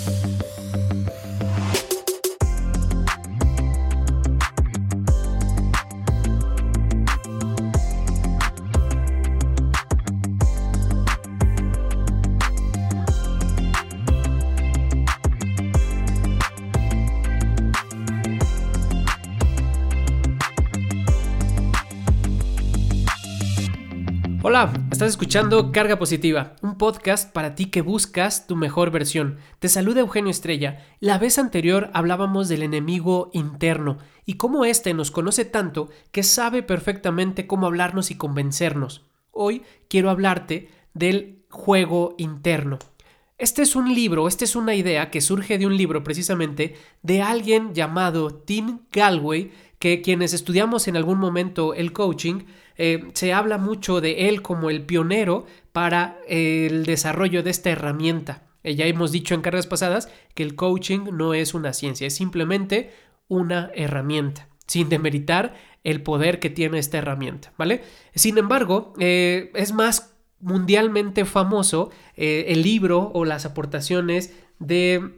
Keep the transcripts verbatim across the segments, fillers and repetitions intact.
Hola, estás escuchando Carga Positiva, un podcast para ti que buscas tu mejor versión. Te saluda Eugenio Estrella. La vez anterior hablábamos del enemigo interno y cómo éste nos conoce tanto que sabe perfectamente cómo hablarnos y convencernos. Hoy quiero hablarte del juego interno. Este es un libro, esta es una idea que surge de un libro precisamente de alguien llamado Tim Gallwey, que quienes estudiamos en algún momento el coaching, eh, se habla mucho de él como el pionero para eh, el desarrollo de esta herramienta. Eh, ya hemos dicho en carreras pasadas que el coaching no es una ciencia, es simplemente una herramienta, sin demeritar el poder que tiene esta herramienta, ¿vale? Sin embargo, eh, es más mundialmente famoso eh, el libro o las aportaciones de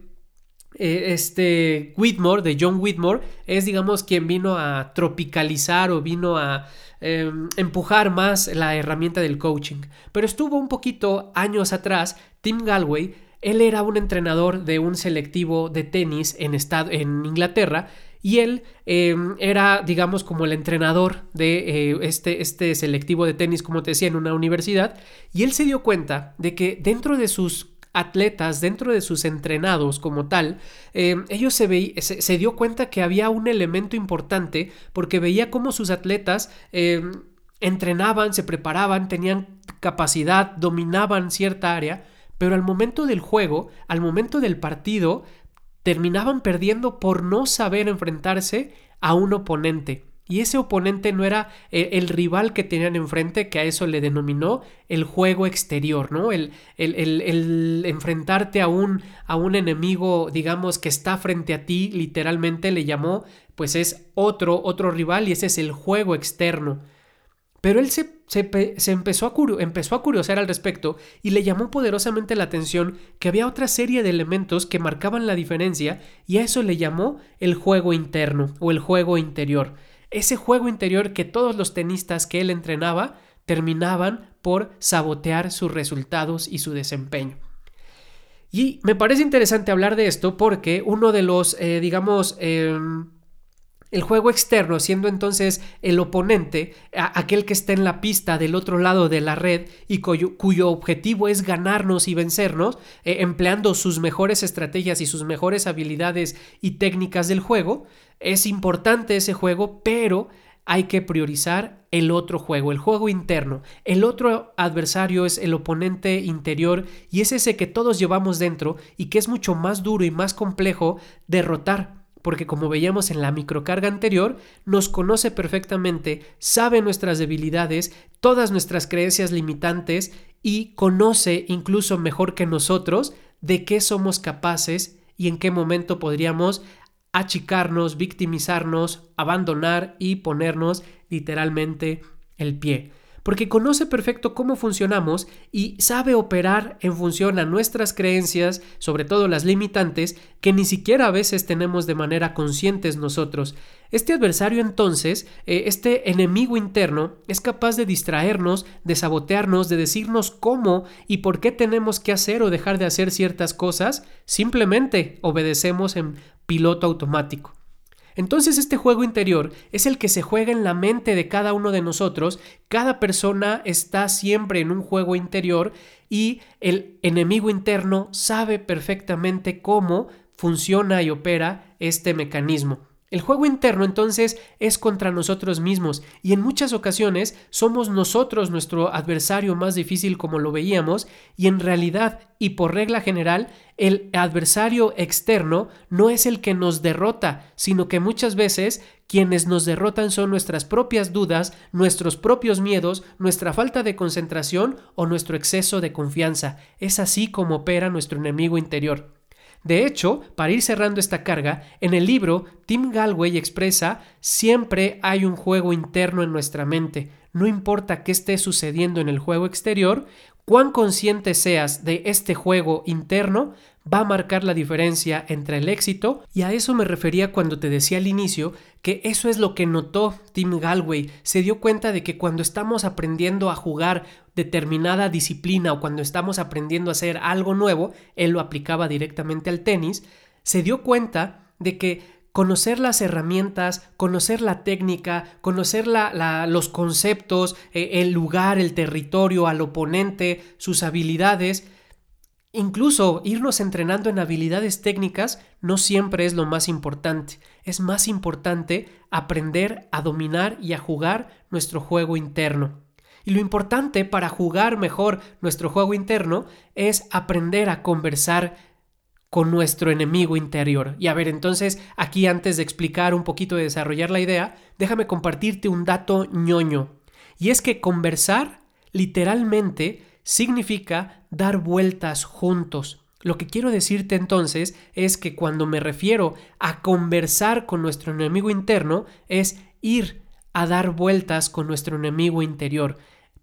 eh, este Whitmore, de John Whitmore. Es, digamos, quien vino a tropicalizar o vino a eh, empujar más la herramienta del coaching. Pero estuvo un poquito años atrás Tim Gallwey. Él era un entrenador de un selectivo de tenis en, estado, en Inglaterra. Y él eh, era, digamos, como el entrenador de eh, este, este selectivo de tenis, como te decía, en una universidad. Y él se dio cuenta de que dentro de sus atletas, dentro de sus entrenados como tal, eh, ellos se, ve, se, se dio cuenta que había un elemento importante porque veía cómo sus atletas eh, entrenaban, se preparaban, tenían capacidad, dominaban cierta área, pero al momento del juego, al momento del partido, terminaban perdiendo por no saber enfrentarse a un oponente. Y ese oponente no era eh, el rival que tenían enfrente, que a eso le denominó el juego exterior, ¿no? El, el, el, el enfrentarte a un, a un enemigo, digamos, que está frente a ti, literalmente le llamó, pues es otro, otro rival, y ese es el juego externo. Pero él se, se, se empezó, a curio, empezó a curiosear al respecto y le llamó poderosamente la atención que había otra serie de elementos que marcaban la diferencia, y a eso le llamó el juego interno o el juego interior. Ese juego interior que todos los tenistas que él entrenaba terminaban por sabotear sus resultados y su desempeño. Y me parece interesante hablar de esto porque uno de los, eh, digamos, eh, el juego externo, siendo entonces el oponente, a, aquel que está en la pista del otro lado de la red y cuyo, cuyo objetivo es ganarnos y vencernos, eh, empleando sus mejores estrategias y sus mejores habilidades y técnicas del juego. Es importante ese juego, pero hay que priorizar el otro juego, el juego interno. El otro adversario es el oponente interior, y es ese que todos llevamos dentro y que es mucho más duro y más complejo derrotar. Porque, como veíamos en la microcarga anterior, nos conoce perfectamente, sabe nuestras debilidades, todas nuestras creencias limitantes, y conoce incluso mejor que nosotros de qué somos capaces y en qué momento podríamos achicarnos, victimizarnos, abandonar y ponernos literalmente el pie. Porque conoce perfecto cómo funcionamos y sabe operar en función a nuestras creencias, sobre todo las limitantes, que ni siquiera a veces tenemos de manera conscientes nosotros. Este adversario entonces, eh, este enemigo interno, es capaz de distraernos, de sabotearnos, de decirnos cómo y por qué tenemos que hacer o dejar de hacer ciertas cosas. Simplemente obedecemos en piloto automático. Entonces este juego interior es el que se juega en la mente de cada uno de nosotros. Cada persona está siempre en un juego interior y el enemigo interno sabe perfectamente cómo funciona y opera este mecanismo. El juego interno entonces es contra nosotros mismos, y en muchas ocasiones somos nosotros nuestro adversario más difícil, como lo veíamos, y en realidad y por regla general el adversario externo no es el que nos derrota, sino que muchas veces quienes nos derrotan son nuestras propias dudas, nuestros propios miedos, nuestra falta de concentración o nuestro exceso de confianza. Es así como opera nuestro enemigo interior. De hecho, para ir cerrando esta carga, en el libro Tim Gallwey expresa: siempre hay un juego interno en nuestra mente. No importa qué esté sucediendo en el juego exterior, cuán consciente seas de este juego interno, va a marcar la diferencia entre el éxito, y a eso me refería cuando te decía al inicio que eso es lo que notó Tim Gallwey. Se dio cuenta de que cuando estamos aprendiendo a jugar determinada disciplina o cuando estamos aprendiendo a hacer algo nuevo, él lo aplicaba directamente al tenis, se dio cuenta de que conocer las herramientas, conocer la técnica, conocer la, la, los conceptos, eh, el lugar, el territorio, al oponente, sus habilidades, incluso irnos entrenando en habilidades técnicas no siempre es lo más importante. Es más importante aprender a dominar y a jugar nuestro juego interno. Y lo importante para jugar mejor nuestro juego interno es aprender a conversar con nuestro enemigo interior. Y a ver, entonces, aquí antes de explicar un poquito, de desarrollar la idea, déjame compartirte un dato ñoño. Y es que conversar, literalmente, significa dar vueltas juntos. Lo que quiero decirte entonces es que cuando me refiero a conversar con nuestro enemigo interno, es ir a dar vueltas con nuestro enemigo interior.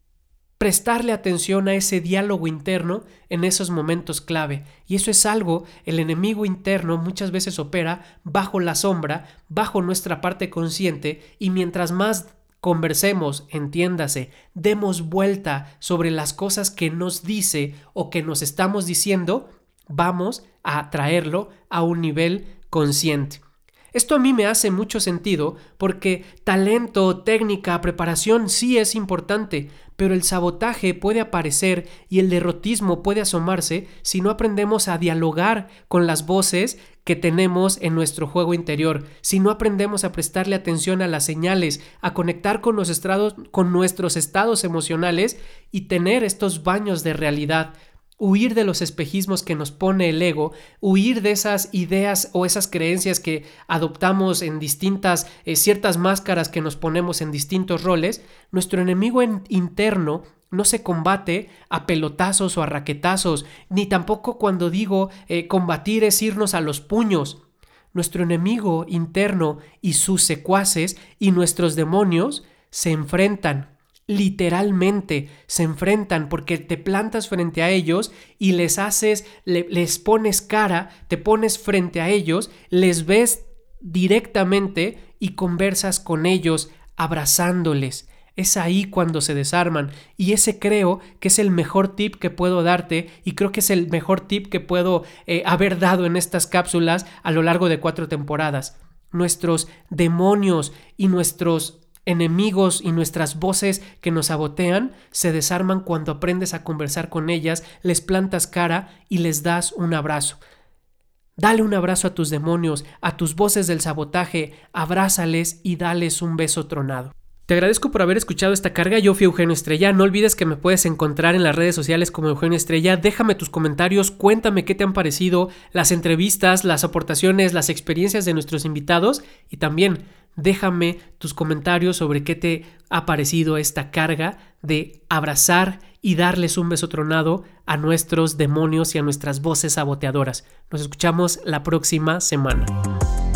Prestarle atención a ese diálogo interno en esos momentos clave. Y eso es algo, el enemigo interno muchas veces opera bajo la sombra, bajo nuestra parte consciente, y mientras más conversemos, entiéndase, demos vuelta sobre las cosas que nos dice o que nos estamos diciendo, vamos a traerlo a un nivel consciente. Esto a mí me hace mucho sentido porque talento, técnica, preparación sí es importante, pero el sabotaje puede aparecer y el derrotismo puede asomarse si no aprendemos a dialogar con las voces que tenemos en nuestro juego interior, si no aprendemos a prestarle atención a las señales, a conectar con los estados, con nuestros estados emocionales y tener estos baños de realidad. Huir de los espejismos que nos pone el ego, huir de esas ideas o esas creencias que adoptamos en distintas, eh, ciertas máscaras que nos ponemos en distintos roles. Nuestro enemigo en, interno no se combate a pelotazos o a raquetazos, ni tampoco cuando digo eh, combatir es irnos a los puños. Nuestro enemigo interno y sus secuaces y nuestros demonios se enfrentan. Literalmente se enfrentan porque te plantas frente a ellos y les haces, le, les pones cara, te pones frente a ellos, les ves directamente y conversas con ellos abrazándoles. Es ahí cuando se desarman, y ese creo que es el mejor tip que puedo darte, y creo que es el mejor tip que puedo eh, haber dado en estas cápsulas a lo largo de cuatro temporadas. Nuestros demonios y nuestros enemigos y nuestras voces que nos sabotean se desarman cuando aprendes a conversar con ellas, les plantas cara y les das un abrazo. Dale un abrazo a tus demonios, a tus voces del sabotaje, abrázales y dales un beso tronado. Te agradezco por haber escuchado esta carga. Yo fui Eugenio Estrella. No olvides que me puedes encontrar en las redes sociales como Eugenio Estrella. Déjame tus comentarios, cuéntame qué te han parecido las entrevistas, las aportaciones, las experiencias de nuestros invitados, y también déjame tus comentarios sobre qué te ha parecido esta carga de abrazar y darles un beso tronado a nuestros demonios y a nuestras voces saboteadoras. Nos escuchamos la próxima semana.